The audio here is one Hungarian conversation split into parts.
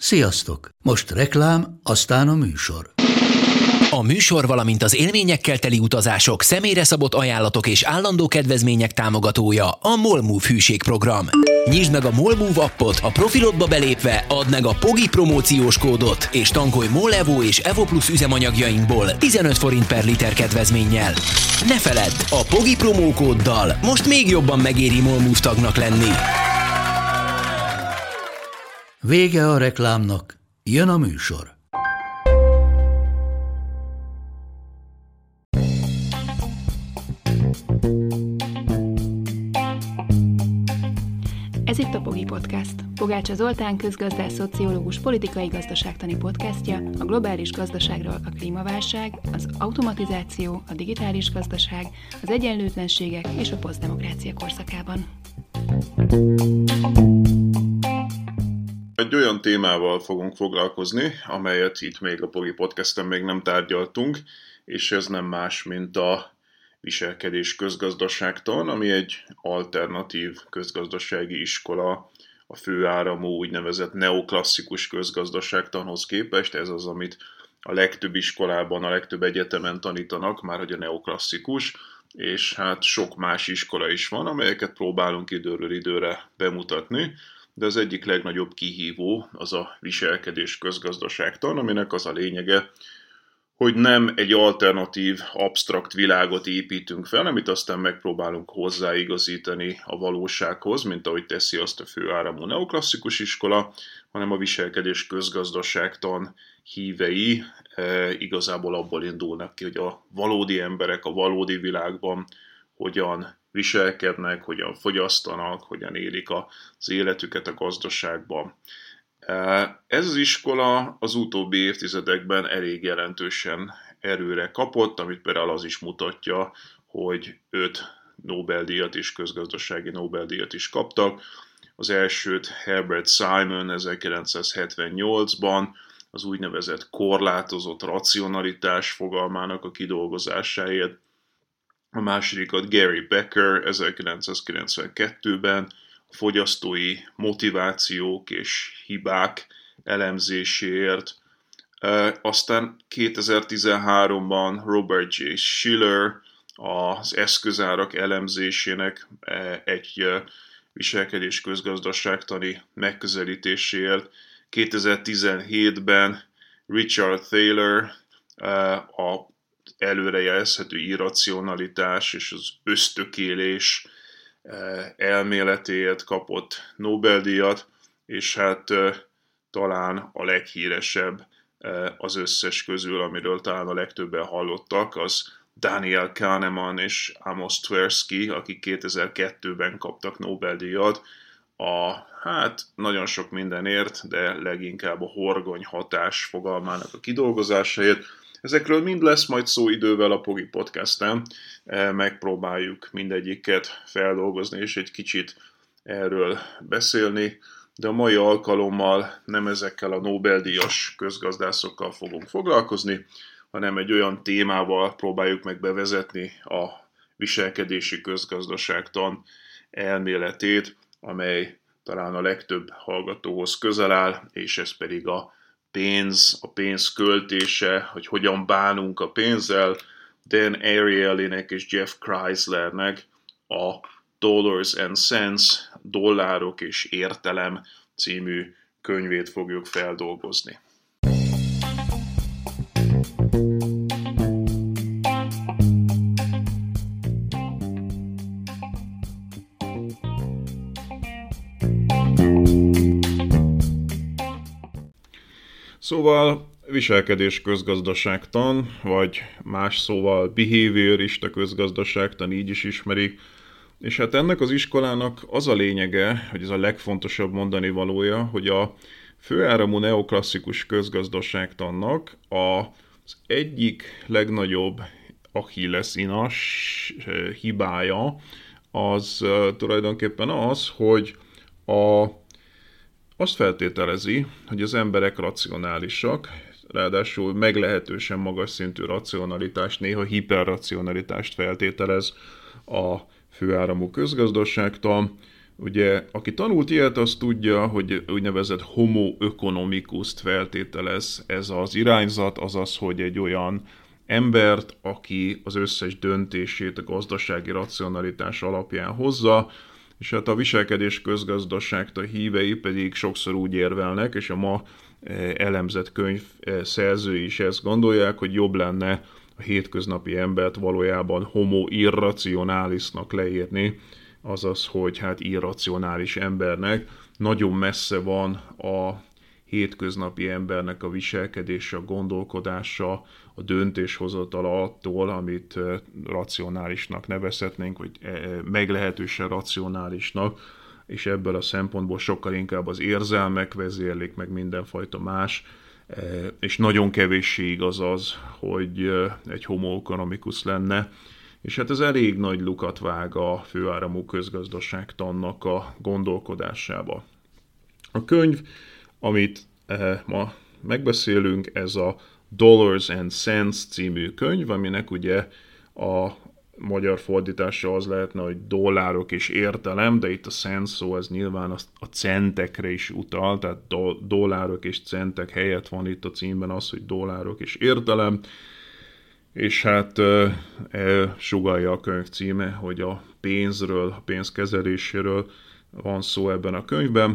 Sziasztok! Most reklám, aztán a műsor. A műsor, valamint az élményekkel teli utazások, személyre szabott ajánlatok és állandó kedvezmények támogatója a MOL Move hűségprogram. Nyisd meg a MOL Move appot, a profilodba belépve add meg a POGI promóciós kódot, és tankolj MOL Evo és Evo Plus üzemanyagjainkból 15 forint per liter kedvezménnyel. Ne feledd, a POGI promókóddal most még jobban megéri MOL Move tagnak lenni. Vége a reklámnak, jön a műsor. Ez itt a POGI Podcast. Pogácsa Zoltán közgazdász, szociológus, politikai gazdaságtani podcastja a globális gazdaságról, a klímaválság, az automatizáció, a digitális gazdaság, az egyenlőtlenségek és a posztdemokrácia korszakában. Egy olyan témával fogunk foglalkozni, amelyet itt még a POGI Podcasten még nem tárgyaltunk, és ez nem más, mint a viselkedés közgazdaságtan, ami egy alternatív közgazdasági iskola a főáramú úgynevezett neoklasszikus közgazdaságtanhoz képest. Ez az, amit a legtöbb iskolában, a legtöbb egyetemen tanítanak, már hogy a neoklasszikus, és hát sok más iskola is van, amelyeket próbálunk időről időre bemutatni, de az egyik legnagyobb kihívó az a viselkedés közgazdaságtan, aminek az a lényege, hogy nem egy alternatív, absztrakt világot építünk fel, amit aztán megpróbálunk hozzáigazítani a valósághoz, mint ahogy teszi azt a főáramú neoklasszikus iskola, hanem a viselkedés közgazdaságtan hívei igazából abból indulnak ki, hogy a valódi emberek a valódi világban hogyan viselkednek, hogyan fogyasztanak, hogyan élik az életüket a gazdaságban. Ez az iskola az utóbbi évtizedekben elég jelentősen erőre kapott, amit például az is mutatja, hogy 5 Nobel-díjat és közgazdasági Nobel-díjat is kaptak. Az elsőt Herbert Simon 1978-ban az úgynevezett korlátozott racionalitás fogalmának a kidolgozásáért, a másodikat Gary Becker 1992-ben a fogyasztói motivációk és hibák elemzéséért. Aztán 2013-ban Robert J. Shiller az eszközárak elemzésének egy viselkedés közgazdaságtani megközelítéséért. 2017-ben Richard Thaler a előrejelezhető irracionalitás és az ösztökélés elméletéért kapott Nobel-díjat, és hát talán a leghíresebb az összes közül, amiről talán a legtöbben hallottak, az Daniel Kahneman és Amos Tversky, akik 2002-ben kaptak Nobel-díjat, nagyon sok mindenért, de leginkább a horgony hatás fogalmának a kidolgozásáért. Ezekről mind lesz majd szó idővel a POGI Podcasten, megpróbáljuk mindegyiket feldolgozni és egy kicsit erről beszélni, de a mai alkalommal nem ezekkel a Nobel-díjas közgazdászokkal fogunk foglalkozni, hanem egy olyan témával próbáljuk meg bevezetni a viselkedési közgazdaságtan elméletét, amely talán a legtöbb hallgatóhoz közel áll, és ez pedig a pénz költése, hogy hogyan bánunk a pénzzel. Dan Arielynek és Jeff Chryslernek a Dollars and Cents, dollárok és értelem című könyvét fogjuk feldolgozni. Szóval viselkedés közgazdaságtan, vagy más szóval behaviorista közgazdaságtan, így is ismerik. És hát ennek az iskolának az a lényege, hogy ez a legfontosabb mondani valója, hogy a főáramú neoklasszikus közgazdaságtannak az egyik legnagyobb achilleszinas hibája az tulajdonképpen az, hogy azt feltételezi, hogy az emberek racionálisak, ráadásul meglehetősen magas szintű racionalitást, néha hiperracionalitást feltételez a főáramú közgazdaságtan, Ugye, aki tanult ilyet, az tudja, hogy úgynevezett homo economicust feltételez ez az irányzat, azaz, hogy egy olyan embert, aki az összes döntését a gazdasági racionalitás alapján hozza, és hát a viselkedés közgazdaságtan hívei pedig sokszor úgy érvelnek, és a ma elemzett könyv szerzői is ezt gondolják, hogy jobb lenne a hétköznapi embert valójában homo irrationalisnak leírni, azaz, hogy hát irracionális embernek. Nagyon messze van a hétköznapi embernek a viselkedése, a gondolkodása, a döntéshozatala attól, amit racionálisnak nevezhetnénk, vagy meglehetősen racionálisnak, és ebből a szempontból sokkal inkább az érzelmek vezérlik, meg mindenfajta más, és nagyon kevéssé igaz az, hogy egy homo economicus lenne, és hát ez elég nagy lukat vág a főáramú közgazdaságtannak a gondolkodásába. A könyv, amit ma megbeszélünk, ez a Dollars and Cents című könyv, aminek ugye a magyar fordítása az lehetne, hogy dollárok és értelem, de itt a cents szó ez nyilván a centekre is utal, tehát dollárok és centek helyett van itt a címben az, hogy dollárok és értelem, és hát sugallja a könyv címe, hogy a pénzről, a pénzkezeléséről van szó ebben a könyvben.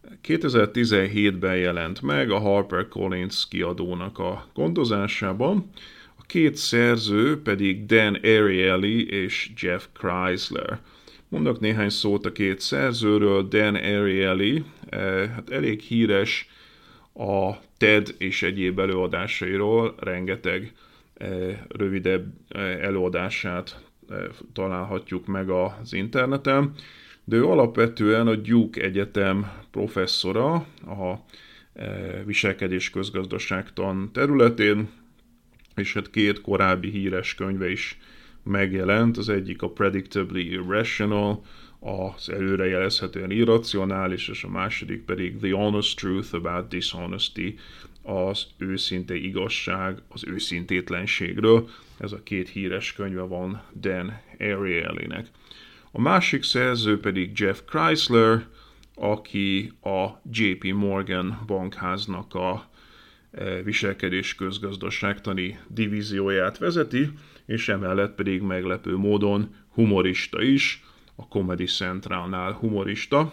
2017-ben jelent meg a HarperCollins kiadónak a gondozásában, a két szerző pedig Dan Ariely és Jeff Kreisler. Mondok néhány szót a két szerzőről. Dan Ariely hát elég híres a TED és egyéb előadásairól, rengeteg rövidebb előadását találhatjuk meg az interneten, de ő alapvetően a Duke Egyetem professzora a viselkedés közgazdaságtan területén, és hát két korábbi híres könyve is megjelent, az egyik a Predictably Irrational, az előrejelezhetően irracionális, és a második pedig The Honest Truth About Dishonesty, az őszinte igazság az őszintétlenségről. Ez a két híres könyve van Dan Arielynek. A másik szerző pedig Jeff Kreisler, aki a JP Morgan bankháznak a viselkedés közgazdaságtani divízióját vezeti, és emellett pedig meglepő módon humorista is, a Comedy Centralnál humorista.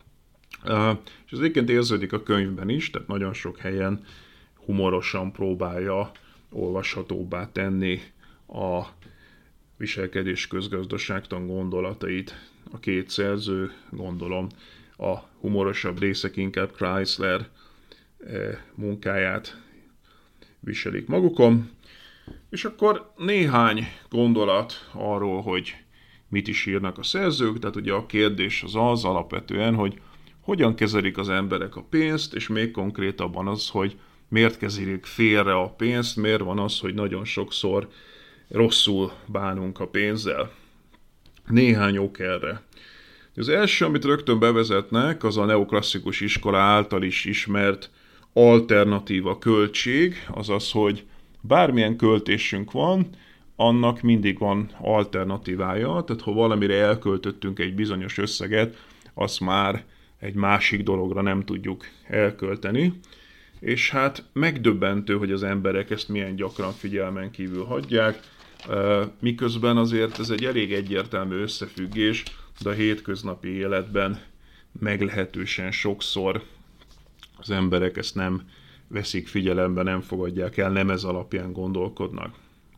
És ez egyébként érződik a könyvben is, tehát nagyon sok helyen humorosan próbálja olvashatóbbá tenni a viselkedés közgazdaságtan gondolatait a két szerző, gondolom a humorosabb részek inkább Kreisler munkáját viselik magukon. És akkor néhány gondolat arról, hogy mit is írnak a szerzők, tehát ugye a kérdés az alapvetően, hogy hogyan kezelik az emberek a pénzt, és még konkrétabban az, hogy miért kezelik félre a pénzt, miért van az, hogy nagyon sokszor rosszul bánunk a pénzzel. Néhány ok erre. Az első, amit rögtön bevezetnek, az a neoklasszikus iskola által is ismert alternatíva költség, azaz, hogy bármilyen költésünk van, annak mindig van alternatívája, tehát ha valamire elköltöttünk egy bizonyos összeget, azt már egy másik dologra nem tudjuk elkölteni, és hát megdöbbentő, hogy az emberek ezt milyen gyakran figyelmen kívül hagyják, miközben azért ez egy elég egyértelmű összefüggés, de a hétköznapi életben meglehetősen sokszor az emberek ezt nem veszik figyelembe, nem fogadják el, nem ez alapján gondolkodnak.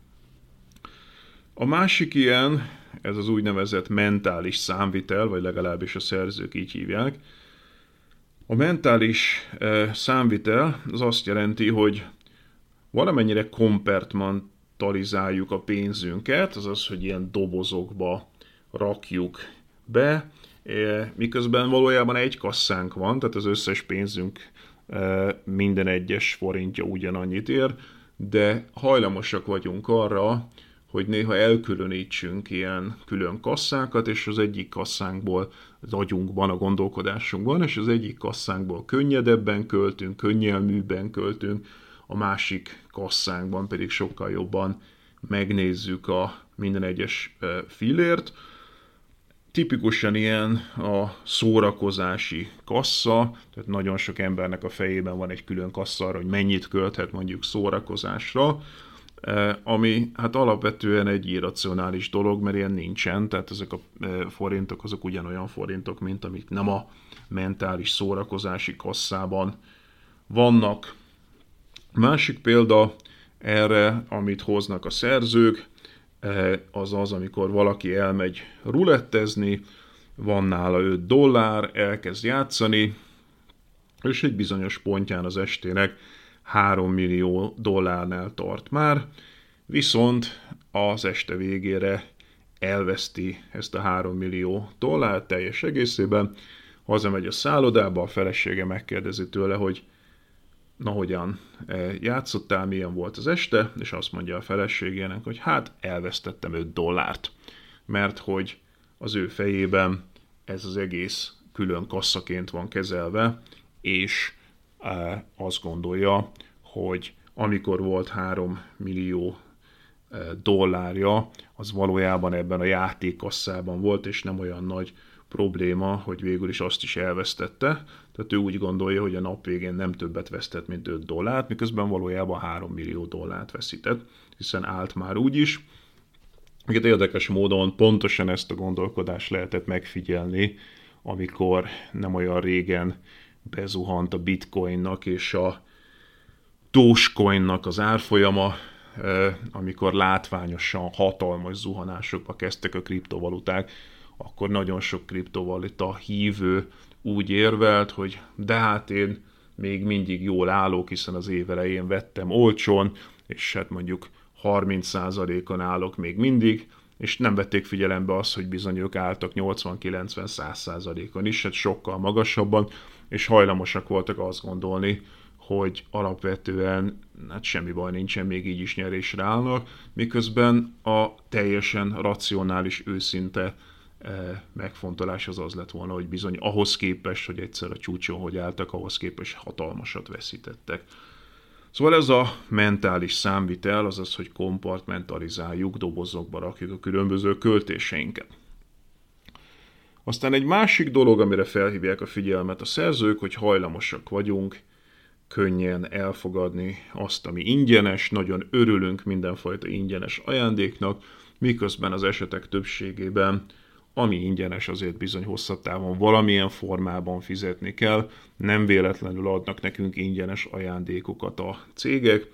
A másik ilyen, ez az úgynevezett mentális számvitel, vagy legalábbis a szerzők így hívják. A mentális számvitel az azt jelenti, hogy valamennyire kompartmentalizáljuk a pénzünket, azaz, hogy ilyen dobozokba rakjuk be, miközben valójában egy kasszánk van, tehát az összes pénzünk minden egyes forintja ugyanannyit ér, de hajlamosak vagyunk arra, hogy néha elkülönítsünk ilyen külön kasszákat, és az egyik kasszánkból, az agyunkban, a gondolkodásunkban, és az egyik kasszánkból könnyedebben költünk, könnyelműbben költünk, a másik kasszánkban pedig sokkal jobban megnézzük a minden egyes fillért. Tipikusan ilyen a szórakozási kassa, tehát nagyon sok embernek a fejében van egy külön kassa arra, hogy mennyit költhet mondjuk szórakozásra, ami hát alapvetően egy irracionális dolog, mert ilyen nincsen, tehát ezek a forintok azok ugyanolyan forintok, mint amik nem a mentális szórakozási kasszában vannak. Másik példa erre, amit hoznak a szerzők, az az, amikor valaki elmegy rulettezni, van nála $5, elkezd játszani, és egy bizonyos pontján az estének $3 millió tart már, viszont az este végére elveszti ezt a $3 millió teljes egészében, hazamegy a szállodába, a felesége megkérdezi tőle, hogy na hogyan játszottál, milyen volt az este, és azt mondja a feleségének, hogy hát elvesztettem $5, mert hogy az ő fejében ez az egész külön kasszaként van kezelve, és azt gondolja, hogy amikor volt $3 millió, az valójában ebben a játékkasszában volt, és nem olyan nagy probléma, hogy végül is azt is elvesztette. Tehát ő úgy gondolja, hogy a nap végén nem többet vesztett, mint $5, miközben valójában $3 millió veszített, hiszen állt már úgy is. Érdekes módon pontosan ezt a gondolkodást lehetett megfigyelni, amikor nem olyan régen bezuhant a bitcoinnak és a Dogecoinnak az árfolyama, amikor látványosan hatalmas zuhanásokba kezdtek a kriptovaluták, akkor nagyon sok kriptovaluta hívő úgy érvelt, hogy de hát én még mindig jól állok, hiszen az év elején vettem olcsón, és hát mondjuk 30%-on állok még mindig, és nem vették figyelembe azt, hogy bizony ők álltak 80-90-100%-on is, hát sokkal magasabban, és hajlamosak voltak azt gondolni, hogy alapvetően hát semmi baj nincsen, még így is nyerésre állnak, miközben a teljesen racionális, őszinte megfontolás az lett volna, hogy bizony ahhoz képest, hogy egyszer a csúcson hogy álltak, ahhoz képest hatalmasat veszítettek. Szóval ez a mentális számvitel, azaz, hogy kompartmentalizáljuk, dobozokba rakjuk a különböző költéseinket. Aztán egy másik dolog, amire felhívják a figyelmet a szerzők, hogy hajlamosak vagyunk könnyen elfogadni azt, ami ingyenes, nagyon örülünk mindenfajta ingyenes ajándéknak, miközben az esetek többségében ami ingyenes, azért bizony hosszabb távon valamilyen formában fizetni kell, nem véletlenül adnak nekünk ingyenes ajándékokat a cégek.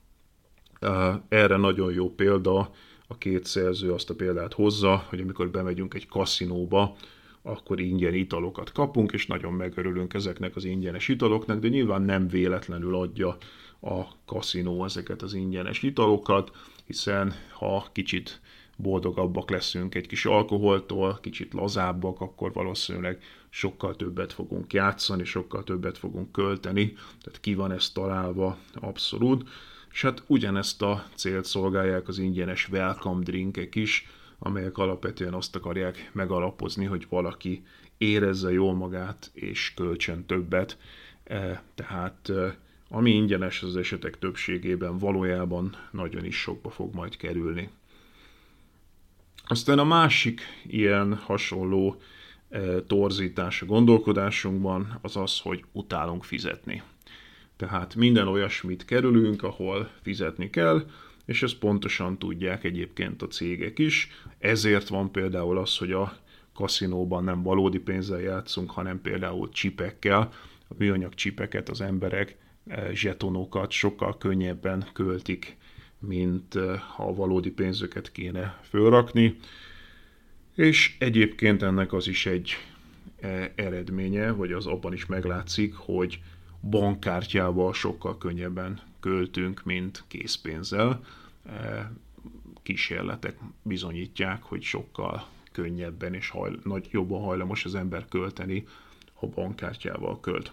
Erre nagyon jó példa, a két szerző azt a példát hozza, hogy amikor bemegyünk egy kaszinóba, akkor ingyen italokat kapunk, és nagyon megörülünk ezeknek az ingyenes italoknak, de nyilván nem véletlenül adja a kaszinó ezeket az ingyenes italokat, hiszen ha kicsit boldogabbak leszünk egy kis alkoholtól, kicsit lazábbak, akkor valószínűleg sokkal többet fogunk játszani, sokkal többet fogunk költeni, tehát ki van ez találva abszolút. És hát ugyanezt a célt szolgálják az ingyenes welcome drinkek is, amelyek alapvetően azt akarják megalapozni, hogy valaki érezze jól magát és költsön többet. Tehát ami ingyenes az esetek többségében valójában nagyon is sokba fog majd kerülni. Aztán a másik ilyen hasonló torzítás a gondolkodásunkban az az, hogy utálunk fizetni. Tehát minden olyasmit kerülünk, ahol fizetni kell, és ezt pontosan tudják egyébként a cégek is. Ezért van például az, hogy a kaszinóban nem valódi pénzzel játszunk, hanem például csipekkel. A műanyag csipeket az emberek, zsetonokat sokkal könnyebben költik, mint ha valódi pénzöket kéne fölrakni. És egyébként ennek az is egy eredménye, vagy az abban is meglátszik, hogy bankkártyával sokkal könnyebben költünk, mint készpénzzel. Kísérletek bizonyítják, hogy sokkal könnyebben és jobban hajlamos az ember költeni, ha bankkártyával költ.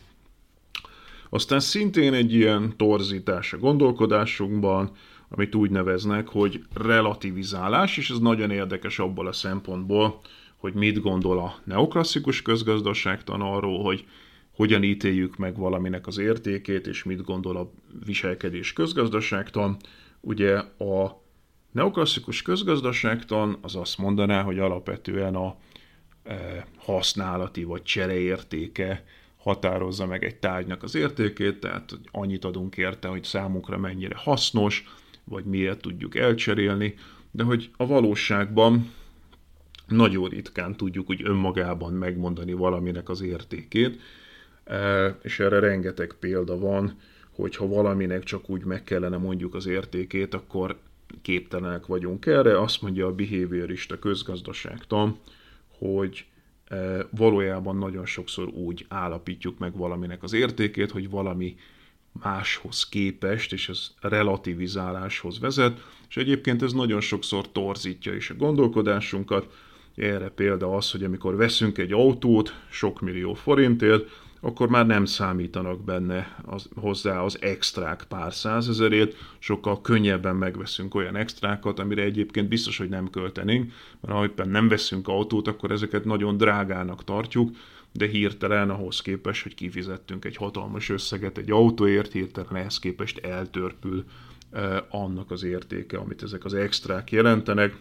Aztán szintén egy ilyen torzítás a gondolkodásunkban, amit úgy neveznek, hogy relativizálás, és ez nagyon érdekes abból a szempontból, hogy mit gondol a neoklasszikus közgazdaságtan arról, hogy hogyan ítéljük meg valaminek az értékét, és mit gondol a viselkedés közgazdaságtan. Ugye a neoklasszikus közgazdaságtan az azt mondaná, hogy alapvetően a használati vagy csereértéke határozza meg egy tárgynak az értékét, tehát annyit adunk érte, hogy számunkra mennyire hasznos, vagy miért tudjuk elcserélni, de hogy a valóságban nagyon ritkán tudjuk úgy önmagában megmondani valaminek az értékét, és erre rengeteg példa van, hogyha valaminek csak úgy meg kellene mondjuk az értékét, akkor képtelenek vagyunk erre. Azt mondja a behaviorista közgazdaságtan, hogy valójában nagyon sokszor úgy állapítjuk meg valaminek az értékét, hogy valami máshoz képest, és ez relativizáláshoz vezet, és egyébként ez nagyon sokszor torzítja is a gondolkodásunkat. Erre példa az, hogy amikor veszünk egy autót sok millió forintért, akkor már nem számítanak benne hozzá az extrák pár százezerét, sokkal könnyebben megveszünk olyan extrákat, amire egyébként biztos, hogy nem költenénk, mert ha éppen nem veszünk autót, akkor ezeket nagyon drágának tartjuk, de hirtelen ahhoz képest, hogy kifizettünk egy hatalmas összeget egy autóért, hirtelen ehhez képest eltörpül annak az értéke, amit ezek az extrák jelentenek.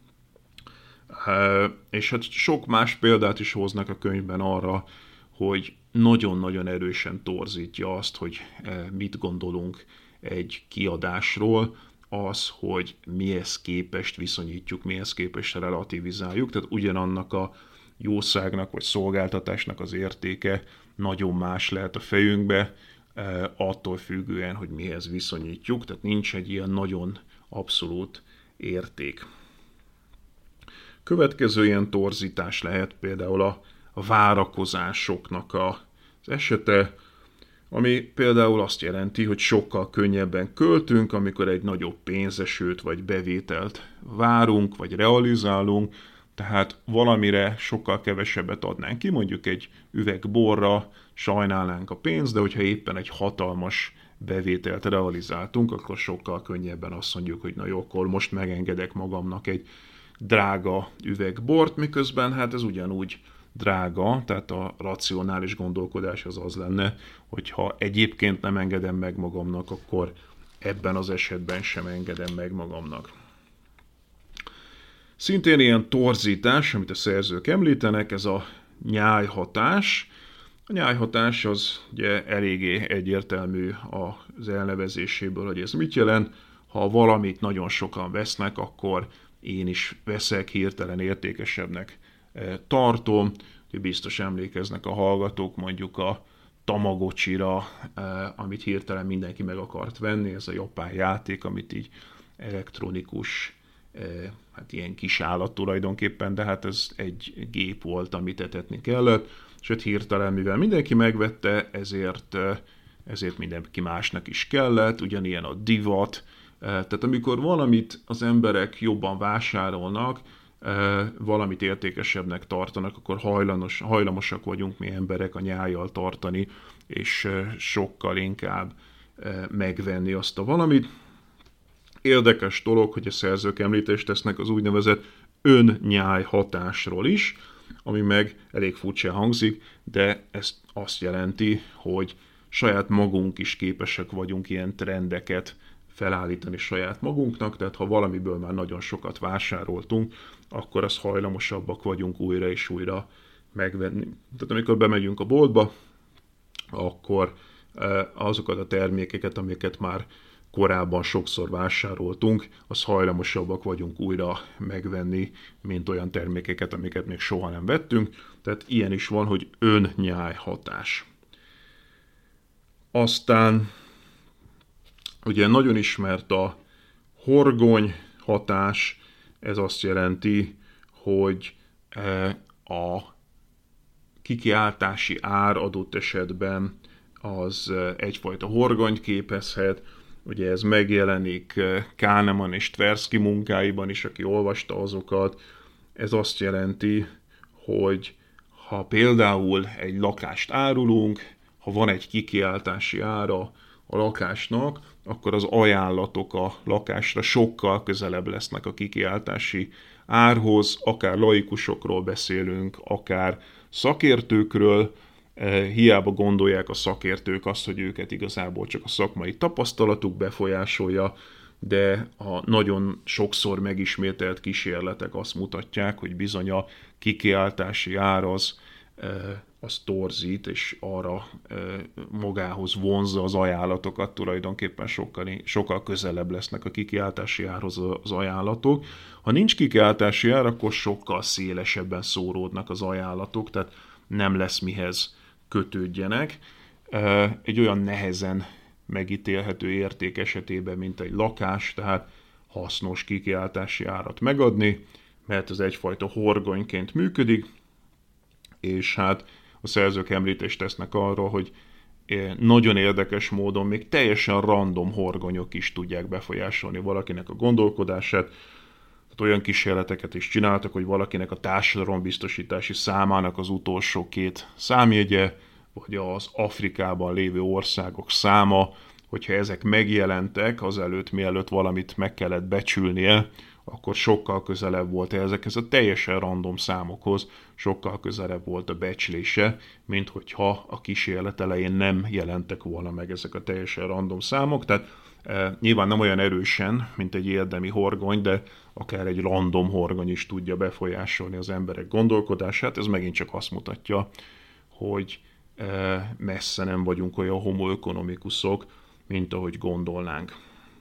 És hát sok más példát is hoznak a könyvben arra, hogy nagyon-nagyon erősen torzítja azt, hogy mit gondolunk egy kiadásról, az, hogy mihez képest viszonyítjuk, mihez képest relativizáljuk, tehát ugyanannak a jószágnak vagy szolgáltatásnak az értéke nagyon más lehet a fejünkbe, attól függően, hogy mihez viszonyítjuk, tehát nincs egy ilyen nagyon abszolút érték. Következő ilyen torzítás lehet például a várakozásoknak az esete, ami például azt jelenti, hogy sokkal könnyebben költünk, amikor egy nagyobb pénzesőt vagy bevételt várunk, vagy realizálunk, tehát valamire sokkal kevesebbet adnánk ki, mondjuk egy üveg borra sajnálnánk a pénzt, de hogyha éppen egy hatalmas bevételt realizáltunk, akkor sokkal könnyebben azt mondjuk, hogy na jó, akkor most megengedek magamnak egy drága üveg bort, miközben hát ez ugyanúgy drága, tehát a racionális gondolkodás az lenne, hogy ha egyébként nem engedem meg magamnak, akkor ebben az esetben sem engedem meg magamnak. Szintén ilyen torzítás, amit a szerzők említenek, ez a nyájhatás. A nyájhatás az ugye eléggé egyértelmű az elnevezéséből, hogy ez mit jelent. Ha valamit nagyon sokan vesznek, akkor én is veszek, hirtelen értékesebbnek tartom. Biztos emlékeznek a hallgatók mondjuk a Tamagotchira, amit hirtelen mindenki meg akart venni, ez a japán játék, amit így elektronikus, hát ilyen kis állat tulajdonképpen, de hát ez egy gép volt, amit etetni kellett, és hirtelen, mivel mindenki megvette, ezért mindenki másnak is kellett, ugyanilyen a divat, tehát amikor valamit az emberek jobban vásárolnak, valamit értékesebbnek tartanak, akkor hajlamosak vagyunk mi emberek a nyájjal tartani, és sokkal inkább megvenni azt a valamit. Érdekes dolog, hogy a szerzők említést tesznek az úgynevezett önnyáj hatásról is, ami meg elég furcsa hangzik, de ez azt jelenti, hogy saját magunk is képesek vagyunk ilyen trendeket felállítani saját magunknak, tehát ha valamiből már nagyon sokat vásároltunk, akkor azt hajlamosabbak vagyunk újra és újra megvenni. Tehát amikor bemegyünk a boltba, akkor azokat a termékeket, amiket már korábban sokszor vásároltunk, az hajlamosabbak vagyunk újra megvenni, mint olyan termékeket, amiket még soha nem vettünk. Tehát ilyen is van, hogy önnyáj hatás. Aztán ugye nagyon ismert a horgony hatás, ez azt jelenti, hogy a kikiáltási ár adott esetben az egyfajta horgonyt képezhet. Ugye ez megjelenik Kahneman és Tversky munkáiban is, aki olvasta azokat. Ez azt jelenti, hogy ha például egy lakást árulunk, ha van egy kikiáltási ára a lakásnak, akkor az ajánlatok a lakásra sokkal közelebb lesznek a kikiáltási árhoz, akár laikusokról beszélünk, akár szakértőkről, hiába gondolják a szakértők azt, hogy őket igazából csak a szakmai tapasztalatuk befolyásolja, de a nagyon sokszor megismételt kísérletek azt mutatják, hogy bizony a kikiáltási ár az torzít, és arra magához vonzza az ajánlatokat, tulajdonképpen sokkal közelebb lesznek a kikiáltási árhoz az ajánlatok. Ha nincs kikiáltási ár, akkor sokkal szélesebben szóródnak az ajánlatok, tehát nem lesz mihez kötődjenek. Egy olyan nehezen megítélhető érték esetében, mint egy lakás, tehát hasznos kikiáltási árat megadni, mert ez egyfajta horgonyként működik, és hát a szerzők említést tesznek arról, hogy nagyon érdekes módon még teljesen random horgonyok is tudják befolyásolni valakinek a gondolkodását. Tehát olyan kísérleteket is csináltak, hogy valakinek a társadalombiztosítási számának az utolsó 2 számjegye, vagy az Afrikában lévő országok száma, hogyha ezek megjelentek azelőtt, mielőtt valamit meg kellett becsülnie, akkor sokkal közelebb volt ezekhez a teljesen random számokhoz, sokkal közelebb volt a becslése, mint hogyha a kísérlet elején nem jelentek volna meg ezek a teljesen random számok. Tehát nyilván nem olyan erősen, mint egy érdemi horgony, de akár egy random horgony is tudja befolyásolni az emberek gondolkodását. Ez megint csak azt mutatja, hogy messze nem vagyunk olyan homo economicusok, mint ahogy gondolnánk.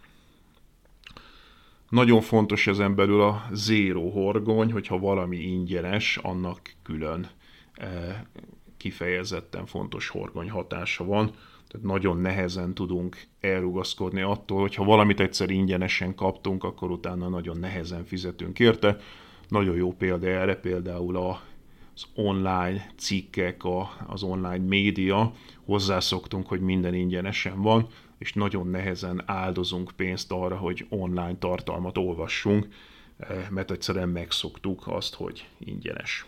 Nagyon fontos ezen belül a zéró horgony, hogyha valami ingyenes, annak külön kifejezetten fontos horgony hatása van. Tehát nagyon nehezen tudunk elrugaszkodni attól, hogyha valamit egyszer ingyenesen kaptunk, akkor utána nagyon nehezen fizetünk érte. Nagyon jó példa erre például az online cikkek, az online média. Hozzászoktunk, hogy minden ingyenesen van, és nagyon nehezen áldozunk pénzt arra, hogy online tartalmat olvassunk, mert egyszerűen megszoktuk azt, hogy ingyenes.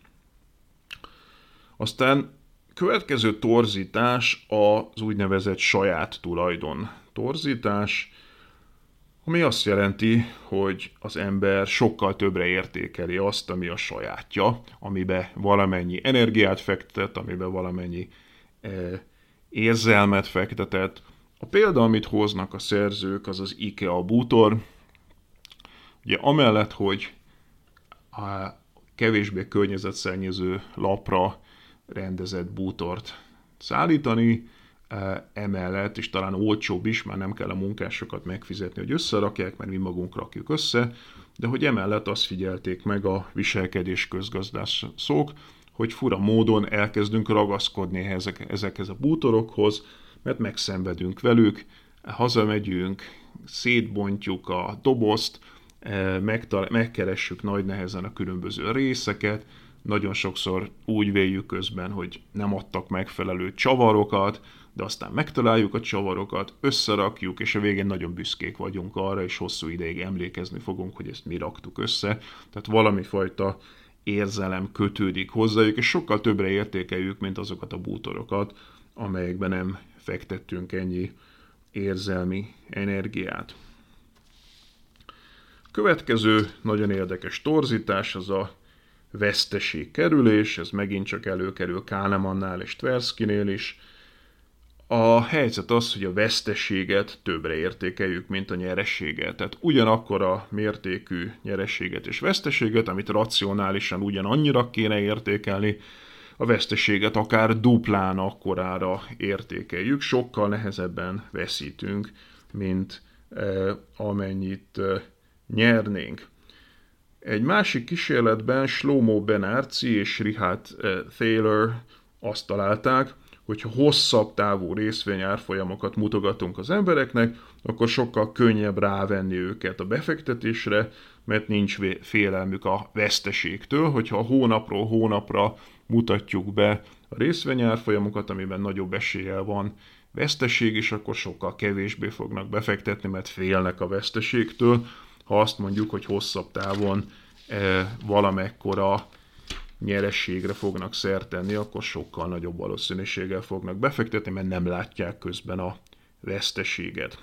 Aztán következő torzítás az úgynevezett saját tulajdon torzítás, ami azt jelenti, hogy az ember sokkal többre értékeli azt, ami a sajátja, amiben valamennyi energiát fektetett, amiben valamennyi érzelmet fektetett. A példa, amit hoznak a szerzők, az az IKEA bútor. Ugye amellett, hogy a kevésbé környezetszennyező lapra rendezett bútort szállítani, emellett, és talán olcsóbb is, már nem kell a munkásokat megfizetni, hogy összerakják, mert mi magunk rakjuk össze, de hogy emellett azt figyelték meg a viselkedés közgazdászok, hogy fura módon elkezdünk ragaszkodni ezekhez a bútorokhoz, mert megszenvedünk velük, hazamegyünk, szétbontjuk a dobozt, megkeressük nagy nehezen a különböző részeket, nagyon sokszor úgy véljük közben, hogy nem adtak megfelelő csavarokat, de aztán megtaláljuk a csavarokat, összerakjuk, és a végén nagyon büszkék vagyunk arra, és hosszú ideig emlékezni fogunk, hogy ezt mi raktuk össze. Tehát valami fajta érzelem kötődik hozzájuk, és sokkal többre értékeljük, mint azokat a bútorokat, amelyekben nem fektettünk ennyi érzelmi energiát. Következő nagyon érdekes torzítás az a veszteségkerülés, ez megint csak előkerül Kahnemannál és Tverskynél is. A helyzet az, hogy a veszteséget többre értékeljük, mint a nyerességet. Tehát ugyanakkor a mértékű nyerességet és veszteséget, amit racionálisan ugyanannyira kéne értékelni, a veszteséget akár duplán akkorára értékeljük, sokkal nehezebben veszítünk, mint amennyit nyernénk. Egy másik kísérletben Shlomo Ben-Arzi és Richard Thaler azt találták, hogy ha hosszabb távú részvényárfolyamokat mutogatunk az embereknek, akkor sokkal könnyebb rávenni őket a befektetésre, mert nincs félelmük a veszteségtől, hogyha hónapról hónapra mutatjuk be a részvényárfolyamokat, amiben nagyobb eséllyel van veszteség, és akkor sokkal kevésbé fognak befektetni, mert félnek a veszteségtől. Ha azt mondjuk, hogy hosszabb távon valamekkora nyerességre fognak szert tenni, akkor sokkal nagyobb valószínűséggel fognak befektetni, mert nem látják közben a veszteséget.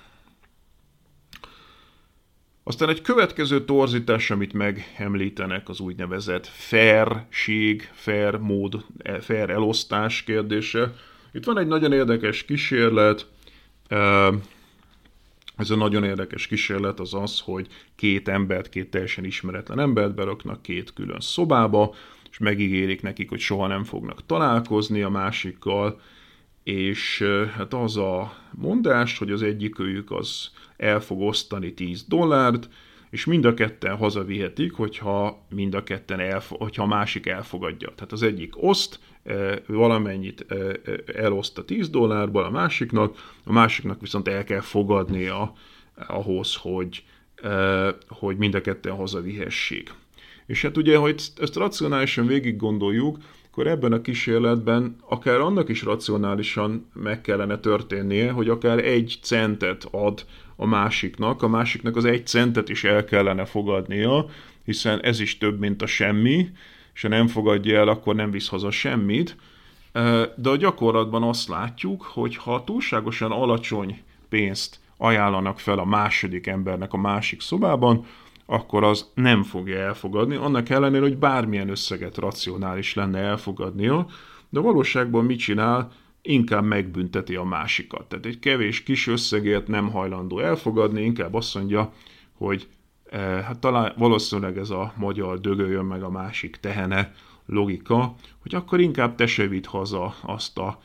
Aztán egy következő torzítás, amit megemlítenek, az úgynevezett fairség, fair mód, fair elosztás kérdése. Itt van egy nagyon érdekes kísérlet, Ez a nagyon érdekes kísérlet az az, hogy két teljesen ismeretlen embert beraknak két külön szobába, és megígérik nekik, hogy soha nem fognak találkozni a másikkal, és hát az a mondás, hogy az egyikőjük az el fog osztani $10, és mind a ketten hazavihetik, hogyha hogyha a másik elfogadja. Tehát az egyik oszt, valamennyit eloszt a $10 a másiknak viszont el kell fogadnia ahhoz, hogy mind a ketten hazavihessék. És hát ugye, hogy ezt racionálisan végig gondoljuk, akkor ebben a kísérletben akár annak is racionálisan meg kellene történnie, hogy akár 1 centet ad a másiknak az 1 centet is el kellene fogadnia, hiszen ez is több, mint a semmi, és ha nem fogadja el, akkor nem visz haza semmit. De a gyakorlatban azt látjuk, hogy ha túlságosan alacsony pénzt ajánlanak fel a második embernek a másik szobában, akkor az nem fogja elfogadni, annak ellenére, hogy bármilyen összeget racionális lenne elfogadnia, de valóságban mit csinál? Inkább megbünteti a másikat. Tehát egy kevés kis összegért nem hajlandó elfogadni, inkább azt mondja, hogy hát talán valószínűleg ez a magyar dögöljön meg a másik tehene logika, hogy akkor inkább te se vidd haza azt a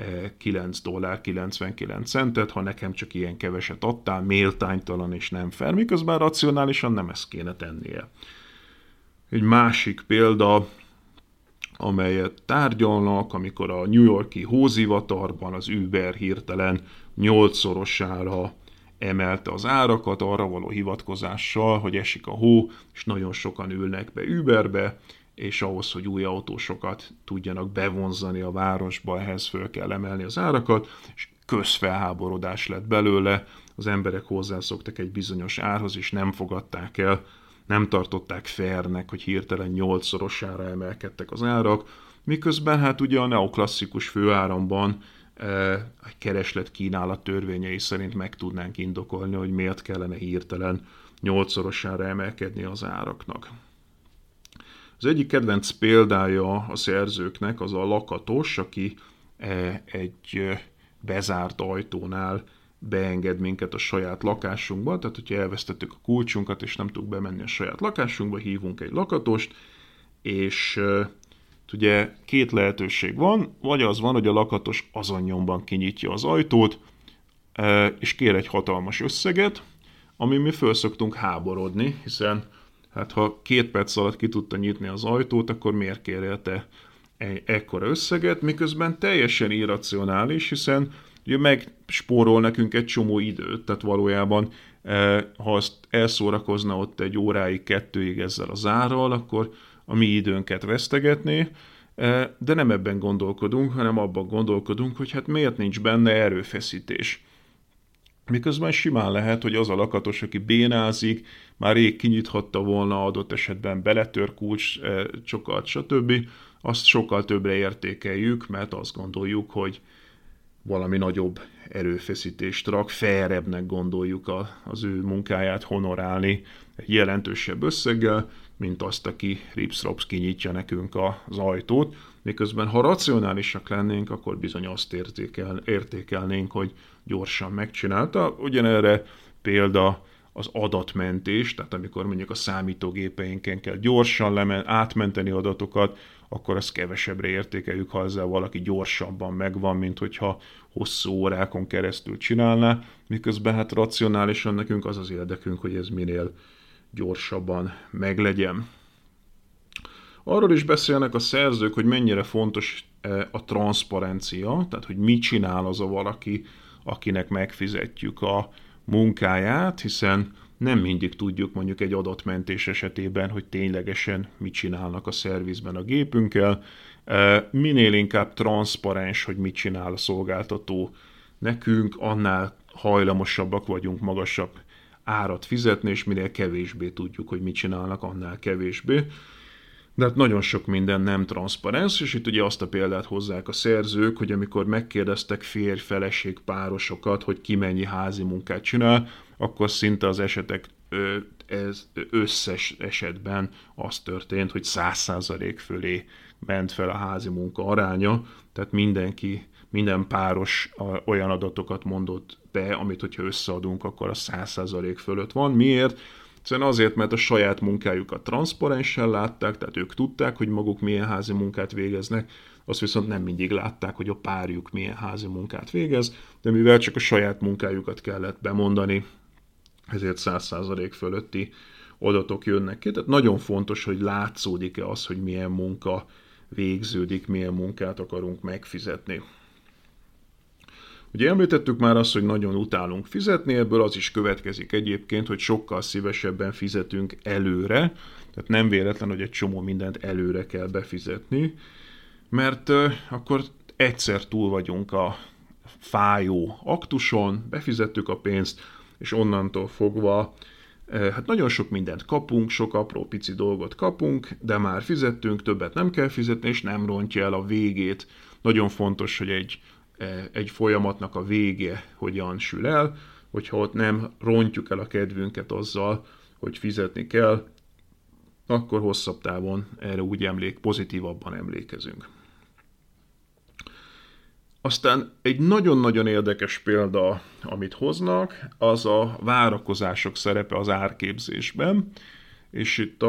$9.99, ha nekem csak ilyen keveset adtál, méltánytalan és nem fair, miközben racionálisan nem ezt kéne tennie. Egy másik példa, amelyet tárgyalnak, amikor a New York-i hózivatarban az Uber hirtelen 8-szorosára emelte az árakat, arra való hivatkozással, hogy esik a hó, és nagyon sokan ülnek be Uberbe, és ahhoz, hogy új autósokat tudjanak bevonzani a városba, ehhez föl kell emelni az árakat, és közfelháborodás lett belőle, az emberek hozzászoktak egy bizonyos árhoz, és nem fogadták el, nem tartották fairnek, hogy hirtelen 8-szorosára emelkedtek az árak, miközben hát ugye a neoklasszikus főáramban a kereslet-kínálat törvényei szerint meg tudnánk indokolni, hogy miért kellene hirtelen 8-szorosára emelkedni az áraknak. Az egyik kedvenc példája a szerzőknek az a lakatos, aki egy bezárt ajtónál beenged minket a saját lakásunkba, tehát hogyha elvesztettük a kulcsunkat, és nem tudunk bemenni a saját lakásunkba, hívunk egy lakatost, és ugye 2 lehetőség van, vagy az van, hogy a lakatos azon nyomban kinyitja az ajtót, és kér egy hatalmas összeget, ami mi föl szoktunk háborodni, hiszen hát ha 2 perc alatt ki tudta nyitni az ajtót, akkor miért kérjelte ekkora összeget, miközben teljesen irracionális, hiszen ugye megspórol nekünk egy csomó időt, tehát valójában ha azt elszórakozna ott 1 óráig, 2-ig ezzel az árral, akkor a mi időnket vesztegetné, de nem ebben gondolkodunk, hanem abban gondolkodunk, hogy hát miért nincs benne erőfeszítés. Miközben simán lehet, hogy az a lakatos, aki bénázik, már rég kinyithatta volna, adott esetben beletör kulcsokat, stb. Azt sokkal többre értékeljük, mert azt gondoljuk, hogy valami nagyobb erőfeszítést rak, fairebbnek gondoljuk az ő munkáját honorálni egy jelentősebb összeggel, mint azt, aki rips-raps kinyitja nekünk az ajtót. Miközben ha racionálisak lennénk, akkor bizony azt értékelnénk, hogy gyorsan megcsinálta. Ugyanerre példa az adatmentés, tehát amikor mondjuk a számítógépeinken kell gyorsan átmenteni adatokat, akkor azt kevesebbre értékeljük, ha ezzel valaki gyorsabban megvan, mint hogyha hosszú órákon keresztül csinálná, miközben hát racionálisan nekünk az az érdekünk, hogy ez minél gyorsabban meglegyen. Arról is beszélnek a szerzők, hogy mennyire fontos a transzparencia, tehát hogy mit csinál az a valaki, akinek megfizetjük a munkáját, hiszen nem mindig tudjuk mondjuk egy adatmentés esetében, hogy ténylegesen mit csinálnak a szervizben a gépünkkel. Minél inkább transzparens, hogy mit csinál a szolgáltató nekünk, annál hajlamosabbak vagyunk magasabb árat fizetni, és minél kevésbé tudjuk, hogy mit csinálnak, annál kevésbé. De hát nagyon sok minden nem transzparens, és itt ugye azt a példát hozzák a szerzők, hogy amikor megkérdeztek férj-feleség párosokat, hogy ki mennyi házi munkát csinál, akkor szinte az esetek összes esetben az történt, hogy 100% fölé ment fel a házi munka aránya, tehát mindenki minden páros olyan adatokat mondott be, amit hogyha összeadunk, akkor a 100% fölött van. Miért? Egyszerűen azért, mert a saját munkájukat transzparensen látták, tehát ők tudták, hogy maguk milyen házi munkát végeznek, azt viszont nem mindig látták, hogy a párjuk milyen házi munkát végez, de mivel csak a saját munkájukat kellett bemondani, ezért 100% fölötti adatok jönnek ki. Tehát nagyon fontos, hogy látszódik-e az, hogy milyen munka végződik, milyen munkát akarunk megfizetni. Ugye említettük már azt, hogy nagyon utálunk fizetni, ebből az is következik egyébként, hogy sokkal szívesebben fizetünk előre, tehát nem véletlen, hogy egy csomó mindent előre kell befizetni, mert akkor egyszer túl vagyunk a fájó aktuson, befizettük a pénzt, és onnantól fogva hát nagyon sok mindent kapunk, sok apró pici dolgot kapunk, de már fizettünk, többet nem kell fizetni, és nem rontja el a végét. Nagyon fontos, hogy egy folyamatnak a vége hogyan sül el, hogyha ott nem rontjuk el a kedvünket azzal, hogy fizetni kell, akkor hosszabb távon erre úgy pozitívabban emlékezünk. Aztán egy nagyon-nagyon érdekes példa, amit hoznak, az a várakozások szerepe az árképzésben, és itt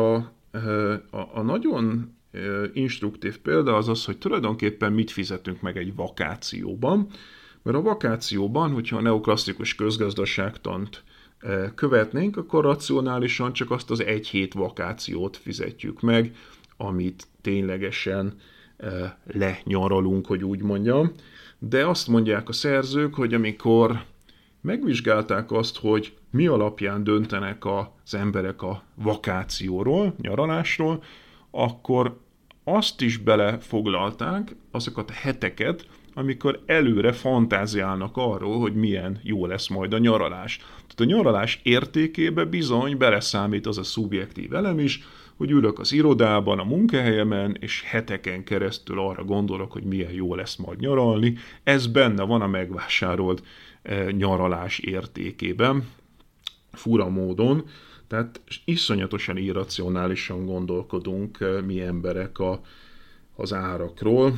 a nagyon instruktív példa az az, hogy tulajdonképpen mit fizetünk meg egy vakációban, mert a vakációban, hogyha a neoklasszikus közgazdaságtant követnénk, akkor racionálisan csak azt az 1 hét vakációt fizetjük meg, amit ténylegesen lenyaralunk, hogy úgy mondjam. De azt mondják a szerzők, hogy amikor megvizsgálták azt, hogy mi alapján döntenek az emberek a vakációról, nyaralásról, akkor azt is belefoglalták, azokat a heteket, amikor előre fantáziálnak arról, hogy milyen jó lesz majd a nyaralás. Tehát a nyaralás értékébe bizony beleszámít az a szubjektív elem is, hogy ülök az irodában, a munkahelyemen, és heteken keresztül arra gondolok, hogy milyen jó lesz majd nyaralni. Ez benne van a megvásárolt nyaralás értékében, fura módon. Tehát iszonyatosan irracionálisan gondolkodunk mi emberek az árakról.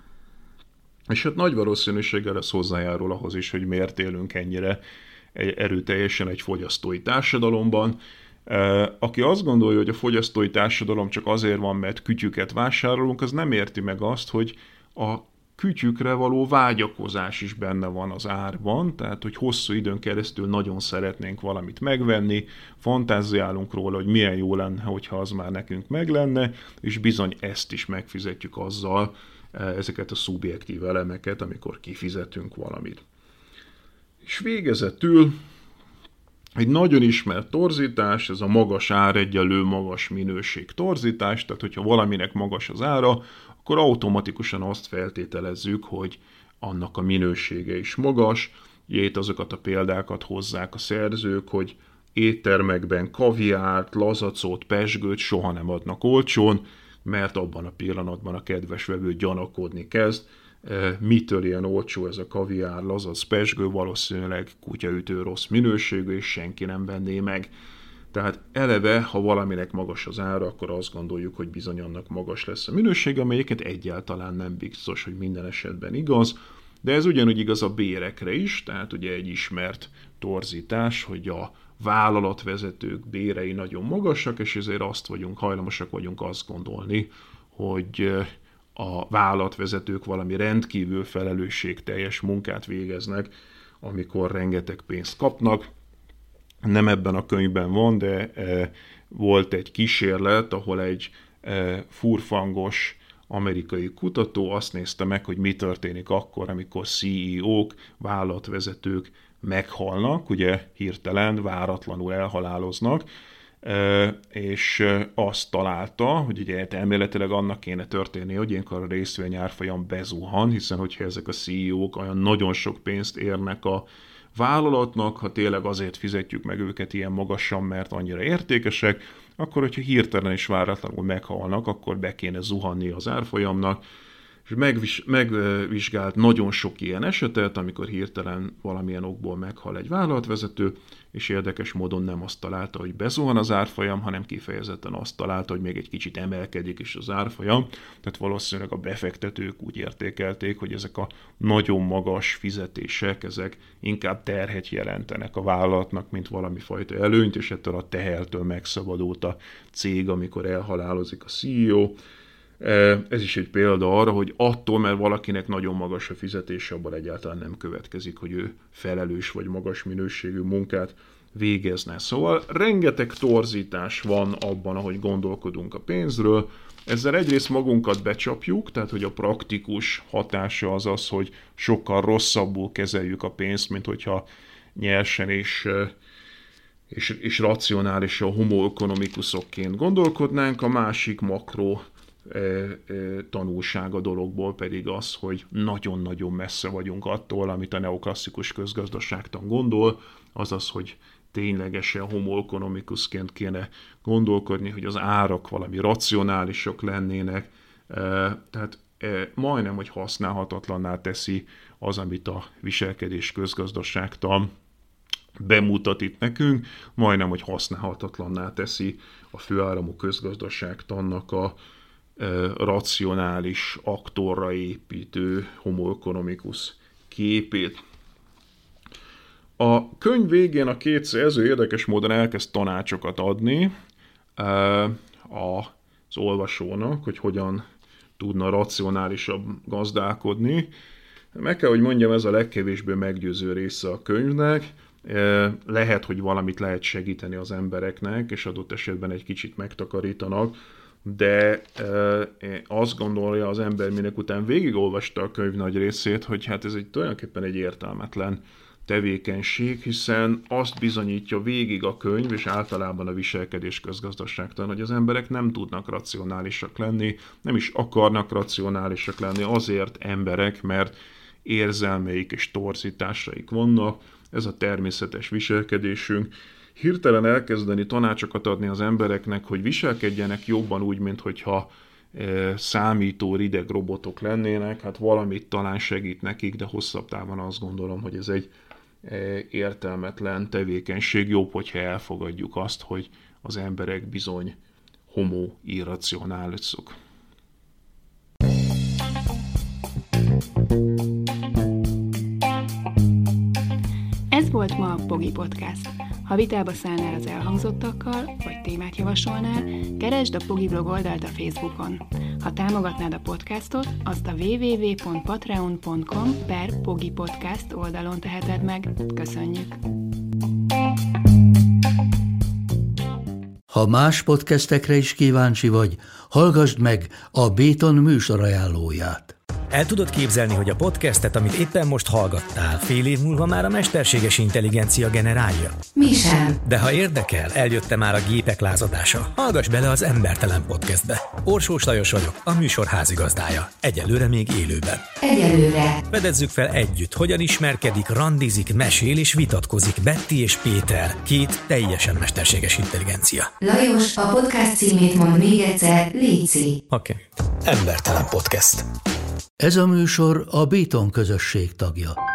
És hát nagy valószínűséggel ez hozzájárul ahhoz is, hogy miért élünk ennyire erőteljesen egy fogyasztói társadalomban. Aki azt gondolja, hogy a fogyasztói társadalom csak azért van, mert kütyüket vásárolunk, az nem érti meg azt, hogy a kütyükre való vágyakozás is benne van az árban, tehát hogy hosszú időn keresztül nagyon szeretnénk valamit megvenni, fantáziálunk róla, hogy milyen jó lenne, hogyha az már nekünk meg lenne, és bizony ezt is megfizetjük azzal, ezeket a szubjektív elemeket, amikor kifizetünk valamit. És végezetül egy nagyon ismert torzítás, ez a magas ár egyenlő magas minőség torzítás, tehát hogyha valaminek magas az ára, akkor automatikusan azt feltételezzük, hogy annak a minősége is magas. Itt azokat a példákat hozzák a szerzők, hogy éttermekben kaviárt, lazacot, pezsgőt soha nem adnak olcsón, mert abban a pillanatban a kedves vevő gyanakodni kezd, mitől ilyen olcsó ez a kaviár, lazac, pezsgő, valószínűleg kutyaütő rossz minőségű, és senki nem venné meg. Tehát eleve, ha valaminek magas az ára, akkor azt gondoljuk, hogy bizony annak magas lesz a minősége, amelyeket egyáltalán nem biztos, hogy minden esetben igaz, de ez ugyanúgy igaz a bérekre is, tehát ugye egy ismert torzítás, hogy a vállalatvezetők bérei nagyon magasak, és ezért hajlamosak vagyunk azt gondolni, hogy a vállalatvezetők valami rendkívül felelősségteljes munkát végeznek, amikor rengeteg pénzt kapnak. Nem ebben a könyvben van, de volt egy kísérlet, ahol egy furfangos amerikai kutató azt nézte meg, hogy mi történik akkor, amikor CEO-k, vállalatvezetők meghalnak, ugye hirtelen, váratlanul elhaláloznak, és azt találta, hogy ugye elméletileg annak kéne történni, hogy ilyenkor a részvényárfolyam bezuhan, hiszen hogyha ezek a CEO-k olyan nagyon sok pénzt érnek a vállalatnak, ha tényleg azért fizetjük meg őket ilyen magasan, mert annyira értékesek, akkor hogyha hirtelen és váratlanul meghalnak, akkor be kéne zuhanni az árfolyamnak, és megvizsgált nagyon sok ilyen esetet, amikor hirtelen valamilyen okból meghal egy vállalatvezető, és érdekes módon nem azt találta, hogy bezuhan az árfolyam, hanem kifejezetten azt találta, hogy még egy kicsit emelkedik is az árfolyam. Tehát valószínűleg a befektetők úgy értékelték, hogy ezek a nagyon magas fizetések, ezek inkább terhet jelentenek a vállalatnak, mint valami fajta előnyt, és ettől a tehertől megszabadult a cég, amikor elhalálozik a CEO. Ez is egy példa arra, hogy attól, mert valakinek nagyon magas a fizetése, abban egyáltalán nem következik, hogy ő felelős vagy magas minőségű munkát végezne. Szóval rengeteg torzítás van abban, ahogy gondolkodunk a pénzről. Ezzel egyrészt magunkat becsapjuk, tehát hogy a praktikus hatása az az, hogy sokkal rosszabbul kezeljük a pénzt, mint hogyha nyersen és racionálisan homo economicusokként gondolkodnánk. A másik makro tanulság a dologból pedig az, hogy nagyon-nagyon messze vagyunk attól, amit a neoklasszikus közgazdaságtan gondol, azaz, hogy ténylegesen homo economicusként kéne gondolkodni, hogy az árak valami racionálisak lennének, tehát majdnem, hogy használhatatlanná teszi az, amit a viselkedés közgazdaságtan bemutat itt nekünk, majdnem, hogy használhatatlanná teszi a főáramú közgazdaságtannak a racionális aktorra építő homo economicus képét. A könyv végén a két szerző érdekes módon elkezd tanácsokat adni az olvasónak, hogy hogyan tudna racionálisabb gazdálkodni. Meg kell, hogy mondjam, ez a legkevésbé meggyőző része a könyvnek. Lehet, hogy valamit lehet segíteni az embereknek, és adott esetben egy kicsit megtakarítanak, de azt gondolja az ember, minek után végigolvasta a könyv nagy részét, hogy hát ez tulajdonképpen egy értelmetlen tevékenység, hiszen azt bizonyítja végig a könyv, és általában a viselkedés közgazdaságtan, hogy az emberek nem tudnak racionálisak lenni, nem is akarnak racionálisak lenni, azért emberek, mert érzelmeik és torzításaik vannak, ez a természetes viselkedésünk. Hirtelen elkezdeni tanácsokat adni az embereknek, hogy viselkedjenek jobban úgy, mint hogyha számító rideg robotok lennének, hát valamit talán segít nekik, de hosszabb távon azt gondolom, hogy ez egy értelmetlen tevékenység. Jobb, hogyha elfogadjuk azt, hogy az emberek bizony homo irracionálisok. Ez volt ma a Pogi Podcast. Ha vitába szállnál az elhangzottakkal, vagy témát javasolnál, keresd a Pogi blog oldalt a Facebookon. Ha támogatnád a podcastot, azt a www.patreon.com/Pogi Podcast oldalon teheted meg. Köszönjük! Ha más podcastekre is kíváncsi vagy, hallgassd meg a Béton műsor ajánlóját. El tudod képzelni, hogy a podcastet, amit éppen most hallgattál, fél év múlva már a mesterséges intelligencia generálja? Mi sem. De ha érdekel, eljött már a gépek lázadása. Hallgass bele az Embertelen Podcastbe. Orsós Lajos vagyok, a műsor házigazdája. Egyelőre még élőben. Egyelőre. Fedezzük fel együtt, hogyan ismerkedik, randizik, mesél és vitatkozik Betty és Péter, két teljesen mesterséges intelligencia. Lajos, a podcast címét mond még egyszer, léci. Oké. Embertelen Podcast. Ez a műsor a Béton közösség tagja.